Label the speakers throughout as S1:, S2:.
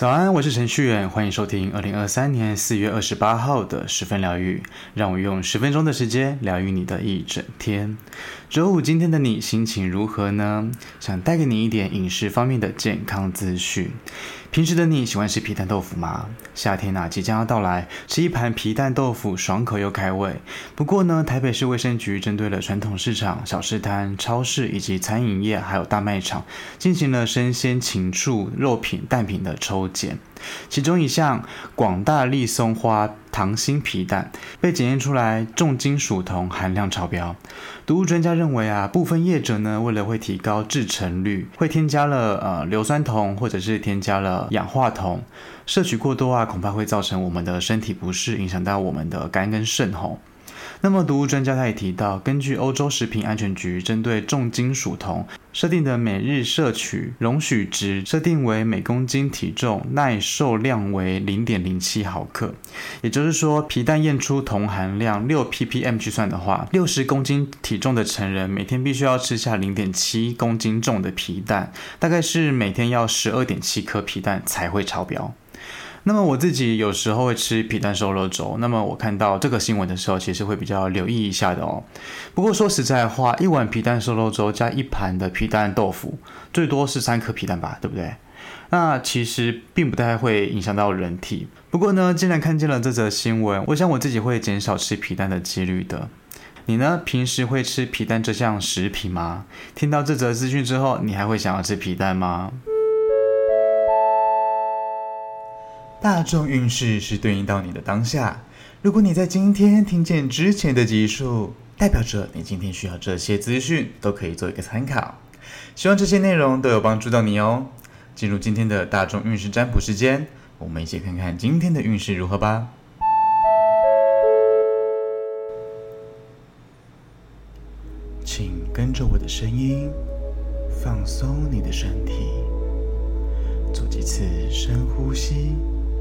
S1: 早安，我是程序员，欢迎收听2023年4月28号的10分疗愈，让我用10分钟的时间疗愈你的一整天。周五今天的你心情如何呢？想带给你一点饮食方面的健康资讯。平时的你喜欢吃皮蛋豆腐吗？夏天即将要到来，吃一盘皮蛋豆腐爽口又开胃。不过呢，台北市卫生局针对了传统市场、小吃摊、超市以及餐饮业还有大卖场，进行了生鲜、禽畜、肉品、蛋品的抽检。其中一项广大利松花溏心皮蛋被检验出来重金属铜含量超标。毒物专家认为部分业者呢，为了会提高制成率，会添加了硫酸铜或者是添加了氧化铜，摄取过多恐怕会造成我们的身体不适，影响到我们的肝跟肾吼。那么毒物专家他也提到，根据欧洲食品安全局针对重金属铜设定的每日摄取容许值设定为每公斤体重耐受量为 0.07 毫克，也就是说皮蛋验出铜含量6 ppm 去算的话，60公斤体重的成人每天必须要吃下 0.7 公斤重的皮蛋，大概是每天要 12.7 颗皮蛋才会超标。那么我自己有时候会吃皮蛋瘦肉粥，那么我看到这个新闻的时候，其实会比较留意一下的哦。不过说实在话，一碗皮蛋瘦肉粥加一盘的皮蛋豆腐，最多是3颗皮蛋吧，对不对？那其实并不太会影响到人体。不过呢，既然看见了这则新闻，我想我自己会减少吃皮蛋的几率的。你呢？平时会吃皮蛋这项食品吗？听到这则资讯之后，你还会想要吃皮蛋吗？大众运势是对应到你的当下，如果你在今天听见之前的集数，代表着你今天需要这些资讯，都可以做一个参考。希望这些内容都有帮助到你哦。进入今天的大众运势占卜时间，我们一起看看今天的运势如何吧。请跟着我的声音，放松你的身体，做几次深呼吸。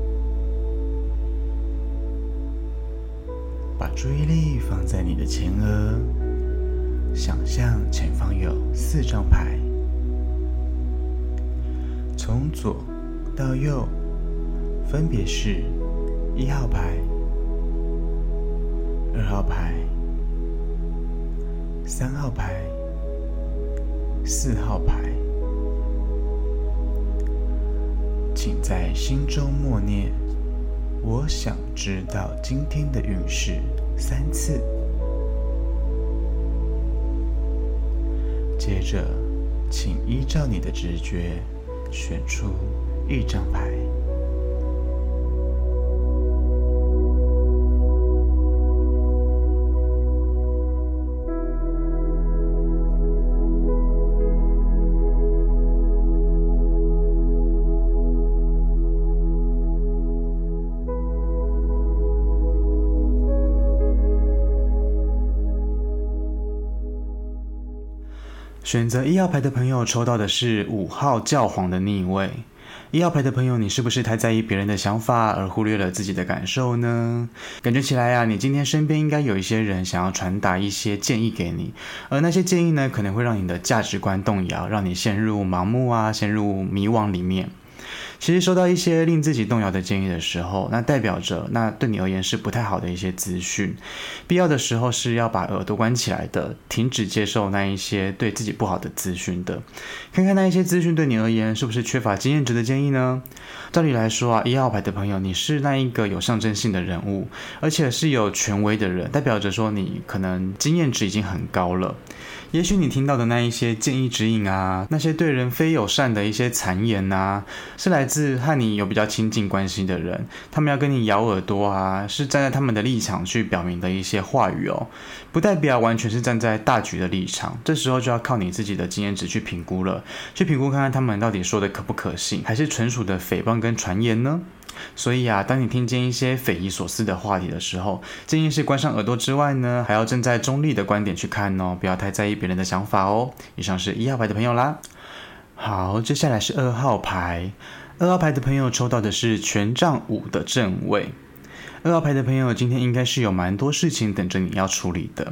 S1: 把注意力放在你的前额，想象前方有4张牌，从左到右分别是1号牌、2号牌、3号牌、4号牌。请在心中默念我想知道今天的运势3次，接着请依照你的直觉选出1张牌。选择1号牌的朋友抽到的是5号教皇的逆位。1号牌的朋友，你是不是太在意别人的想法而忽略了自己的感受呢？感觉起来你今天身边应该有一些人想要传达一些建议给你，而那些建议呢，可能会让你的价值观动摇，让你陷入盲目陷入迷惘里面。其实收到一些令自己动摇的建议的时候，那代表着那对你而言是不太好的一些资讯，必要的时候是要把耳朵关起来的，停止接受那一些对自己不好的资讯的，看看那一些资讯对你而言是不是缺乏经验值的建议呢？照理来说1号牌的朋友，你是那一个有象征性的人物，而且是有权威的人，代表着说你可能经验值已经很高了。也许你听到的那一些建议指引那些对人非友善的一些谗言是来自和你有比较亲近关系的人，他们要跟你咬耳朵是站在他们的立场去表明的一些话语不代表完全是站在大局的立场，这时候就要靠你自己的经验值去评估了，去评估看看他们到底说的可不可信，还是纯属的诽谤跟传言呢？所以当你听见一些匪夷所思的话题的时候，建议是关上耳朵之外呢，还要站在中立的观点去看不要太在意别人的想法以上是1号牌的朋友啦。好，接下来是2号牌。2号牌的朋友抽到的是权杖5的正位。2号牌的朋友，今天应该是有蛮多事情等着你要处理的，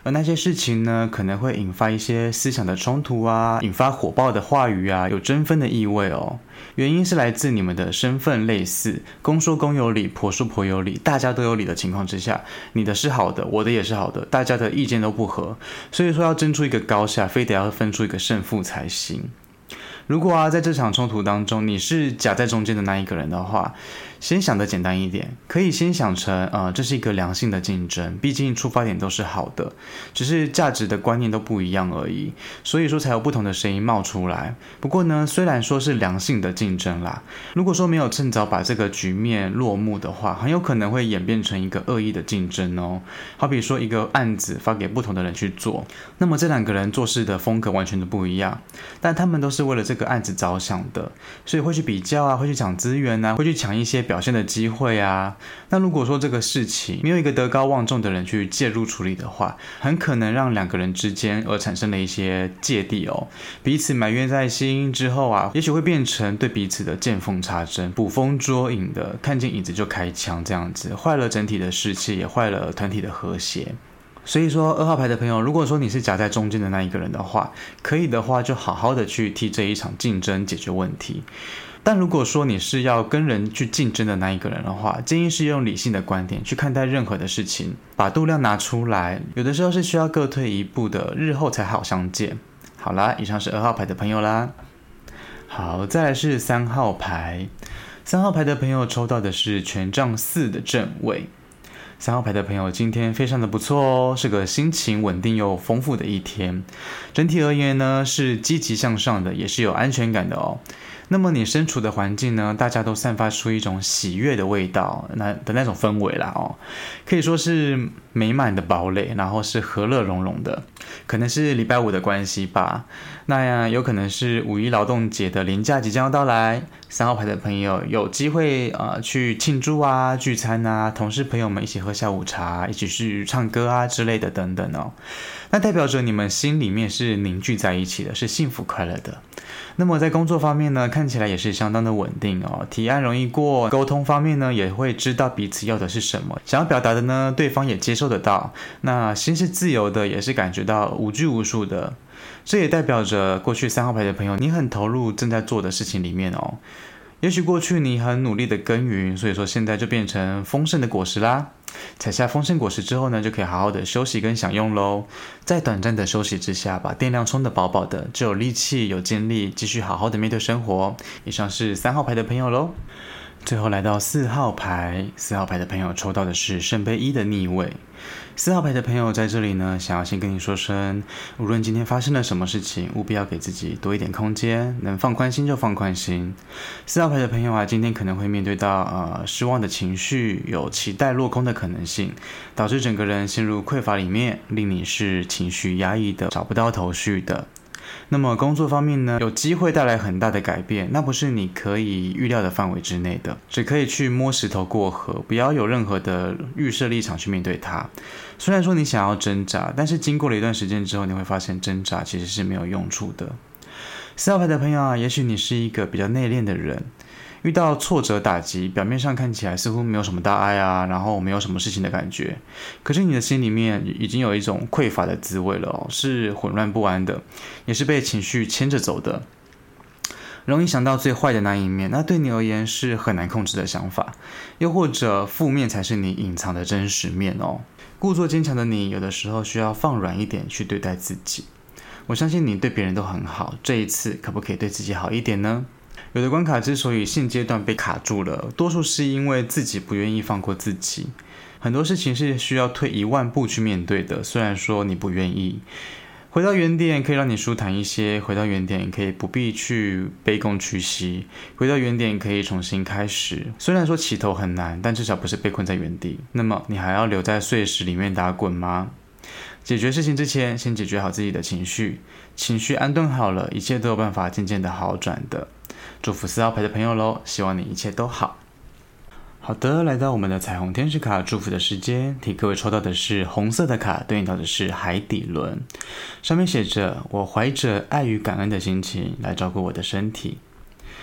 S1: 而那些事情呢，可能会引发一些思想的冲突啊，引发火爆的话语啊，有争分的意味哦。原因是来自你们的身份类似，公说公有理，婆说婆有理，大家都有理的情况之下，你的是好的，我的也是好的，大家的意见都不合，所以说要争出一个高下，非得要分出一个胜负才行。如果在这场冲突当中你是夹在中间的那一个人的话，先想的简单一点，可以先想成这是一个良性的竞争，毕竟出发点都是好的，只是价值的观念都不一样而已，所以说才有不同的声音冒出来。不过呢，虽然说是良性的竞争啦，如果说没有趁早把这个局面落幕的话，很有可能会演变成一个恶意的竞争哦。好比说一个案子发给不同的人去做，那么这两个人做事的风格完全都不一样，但他们都是为了这个案子着想的，所以会去比较啊，会去抢资源啊，会去抢一些表现的机会啊。那如果说这个事情没有一个德高望重的人去介入处理的话，很可能让两个人之间而产生了一些芥蒂哦，彼此埋怨在心之后啊，也许会变成对彼此的见缝插针，捕风捉影的，看见影子就开枪这样子，坏了整体的士气，也坏了团体的和谐。所以说2号牌的朋友，如果说你是夹在中间的那一个人的话，可以的话就好好的去替这一场竞争解决问题。但如果说你是要跟人去竞争的那一个人的话，建议是用理性的观点去看待任何的事情，把度量拿出来，有的时候是需要各退一步的，日后才好相见。好啦，以上是2号牌的朋友啦。好，再来是3号牌。3号牌的朋友抽到的是权杖4的正位。3号牌的朋友今天非常的不错哦，是个心情稳定又丰富的一天。整体而言呢，是积极向上的，也是有安全感的哦。那么你身处的环境呢，大家都散发出一种喜悦的味道，那种氛围啦哦，可以说是美满的堡垒，然后是和乐融融的。可能是礼拜五的关系吧，那有可能是5一劳动节的连假即将要到来，3号牌的朋友有机会去庆祝啊、聚餐啊，同事朋友们一起喝下午茶，一起去唱歌啊之类的等等哦。那代表着你们心里面是凝聚在一起的，是幸福快乐的。那么在工作方面呢，看起来也是相当的稳定哦，提案容易过，沟通方面呢也会知道彼此要的是什么，想要表达的呢对方也接受得到，那心是自由的，也是感觉到无拘无束的。这也代表着过去3号牌的朋友，你很投入正在做的事情里面哦。也许过去你很努力的耕耘，所以说现在就变成丰盛的果实啦。采下丰盛果实之后呢，就可以好好的休息跟享用咯。在短暂的休息之下，把电量充得饱饱的，就有力气有精力继续好好的面对生活。以上是3号牌的朋友咯。最后来到4号牌，4号牌的朋友抽到的是圣杯1的逆位。4号牌的朋友在这里呢，想要先跟你说声，无论今天发生了什么事情，务必要给自己多一点空间，能放宽心就放宽心。4号牌的朋友啊，今天可能会面对到失望的情绪，有期待落空的可能性，导致整个人陷入匮乏里面，令你是情绪压抑的，找不到头绪的。那么工作方面呢，有机会带来很大的改变，那不是你可以预料的范围之内的，只可以去摸石头过河，不要有任何的预设立场去面对它。虽然说你想要挣扎，但是经过了一段时间之后，你会发现挣扎其实是没有用处的。4号牌的朋友啊，也许你是一个比较内敛的人，遇到挫折打击，表面上看起来似乎没有什么大碍啊，然后没有什么事情的感觉，可是你的心里面已经有一种匮乏的滋味了哦，是混乱不安的，也是被情绪牵着走的，容易想到最坏的那一面，那对你而言是很难控制的想法，又或者负面才是你隐藏的真实面哦。故作坚强的你，有的时候需要放软一点去对待自己。我相信你对别人都很好，这一次可不可以对自己好一点呢？有的关卡之所以现阶段被卡住了，多数是因为自己不愿意放过自己。很多事情是需要退1万步去面对的，虽然说你不愿意。回到原点可以让你舒坦一些，回到原点可以不必去卑躬屈膝，回到原点可以重新开始。虽然说起头很难，但至少不是被困在原地。那么你还要留在碎石里面打滚吗？解决事情之前，先解决好自己的情绪，情绪安顿好了，一切都有办法渐渐的好转的。祝福4号牌的朋友咯，希望你一切都好。好的，来到我们的彩虹天使卡祝福的时间，替各位抽到的是红色的卡，对应到的是海底轮，上面写着：我怀着爱与感恩的心情来照顾我的身体。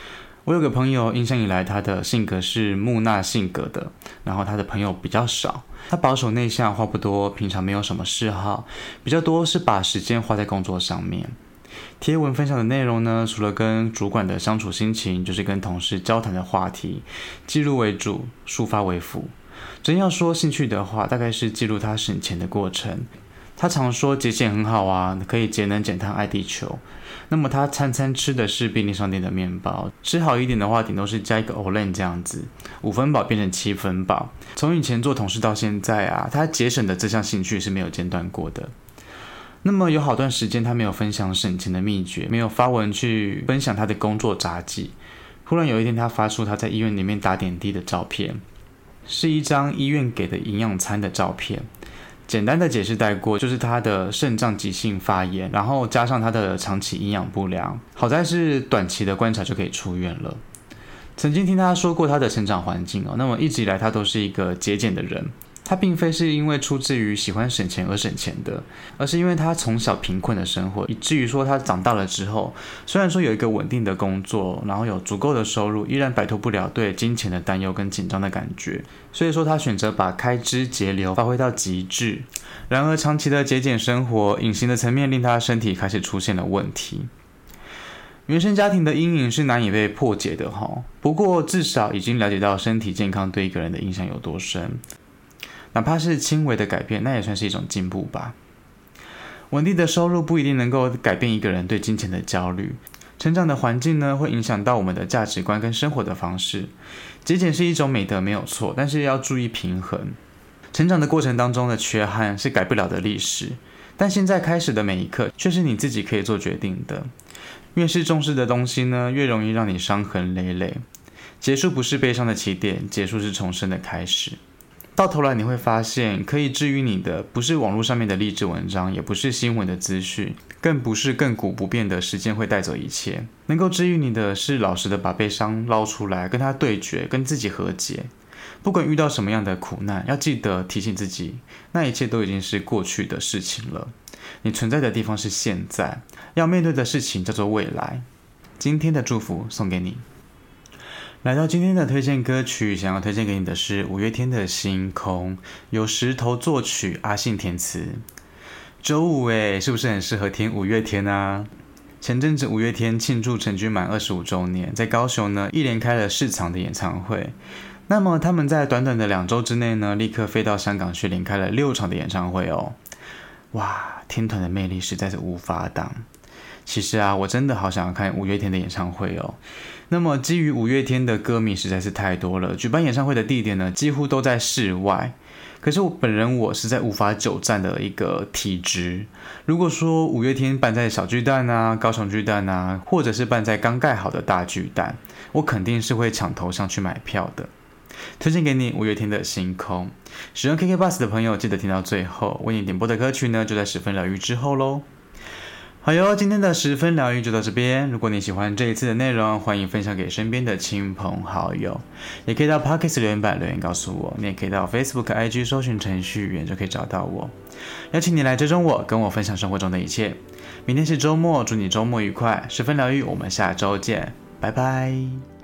S1: 我有个朋友，印象以来他的性格是木讷性格的，然后他的朋友比较少，他保守内向，话不多，平常没有什么嗜好，比较多是把时间花在工作上面。贴文分享的内容呢，除了跟主管的相处心情，就是跟同事交谈的话题，记录为主，抒发为辅。真要说兴趣的话，大概是记录他省钱的过程。他常说节俭很好啊，可以节能减碳爱地球。那么他餐餐吃的是便利商店的面包，吃好一点的话，顶多是加一个 Olen 这样子，5分饱变成7分饱。从以前做同事到现在啊，他节省的这项兴趣是没有间断过的。那么有好段时间他没有分享省钱的秘诀，没有发文去分享他的工作札记。忽然有一天他发出他在医院里面打点滴的照片，是一张医院给的营养餐的照片。简单的解释带过，就是他的肾脏急性发炎，然后加上他的长期营养不良，好在是短期的观察就可以出院了。曾经听他说过他的成长环境那么一直以来他都是一个节俭的人。他并非是因为出自于喜欢省钱而省钱的，而是因为他从小贫困的生活，以至于说他长大了之后，虽然说有一个稳定的工作，然后有足够的收入，依然摆脱不了对金钱的担忧跟紧张的感觉，所以说他选择把开支节流发挥到极致。然而长期的节俭生活，隐形的层面令他身体开始出现了问题。原生家庭的阴影是难以被破解的不过至少已经了解到身体健康对一个人的影响有多深。哪怕是轻微的改变，那也算是一种进步吧。稳定的收入不一定能够改变一个人对金钱的焦虑，成长的环境呢，会影响到我们的价值观跟生活的方式。节俭是一种美德没有错，但是要注意平衡。成长的过程当中的缺憾是改不了的历史，但现在开始的每一刻却是你自己可以做决定的。越是重视的东西呢，越容易让你伤痕累累。结束不是悲伤的起点，结束是重生的开始。到头来你会发现，可以治愈你的不是网络上面的励志文章，也不是新闻的资讯，更不是亘古不变的时间会带走一切。能够治愈你的是老实的把悲伤捞出来，跟他对决，跟自己和解。不管遇到什么样的苦难，要记得提醒自己，那一切都已经是过去的事情了。你存在的地方是现在，要面对的事情叫做未来。今天的祝福送给你。来到今天的推荐歌曲，想要推荐给你的是五月天的星空，由石头作曲，阿信填词。周五是不是很适合听五月天啊？前阵子五月天庆祝成军满25周年，在高雄呢一连开了4场的演唱会。那么他们在短短的2周之内呢，立刻飞到香港去连开了6场的演唱会哇，天团的魅力实在是无法挡。其实啊，我真的好想要看五月天的演唱会那么基于五月天的歌迷实在是太多了，举办演唱会的地点呢几乎都在室外。可是我是在无法久站的一个体质。如果说五月天办在小巨蛋啊、高雄巨蛋啊，或者是办在刚盖好的大巨蛋，我肯定是会抢头上去买票的。推荐给你五月天的星空。使用 KKBOX 的朋友记得听到最后，为你点播的歌曲呢就在10分疗愈之后咯。好哟，今天的10分疗愈就到这边。如果你喜欢这一次的内容，欢迎分享给身边的亲朋好友，也可以到 Podcast 留言板留言告诉我。你也可以到 Facebook、IG 搜寻程序员就可以找到我。邀请你来追踪我，跟我分享生活中的一切。明天是周末，祝你周末愉快。10分疗愈，我们下周见，拜拜。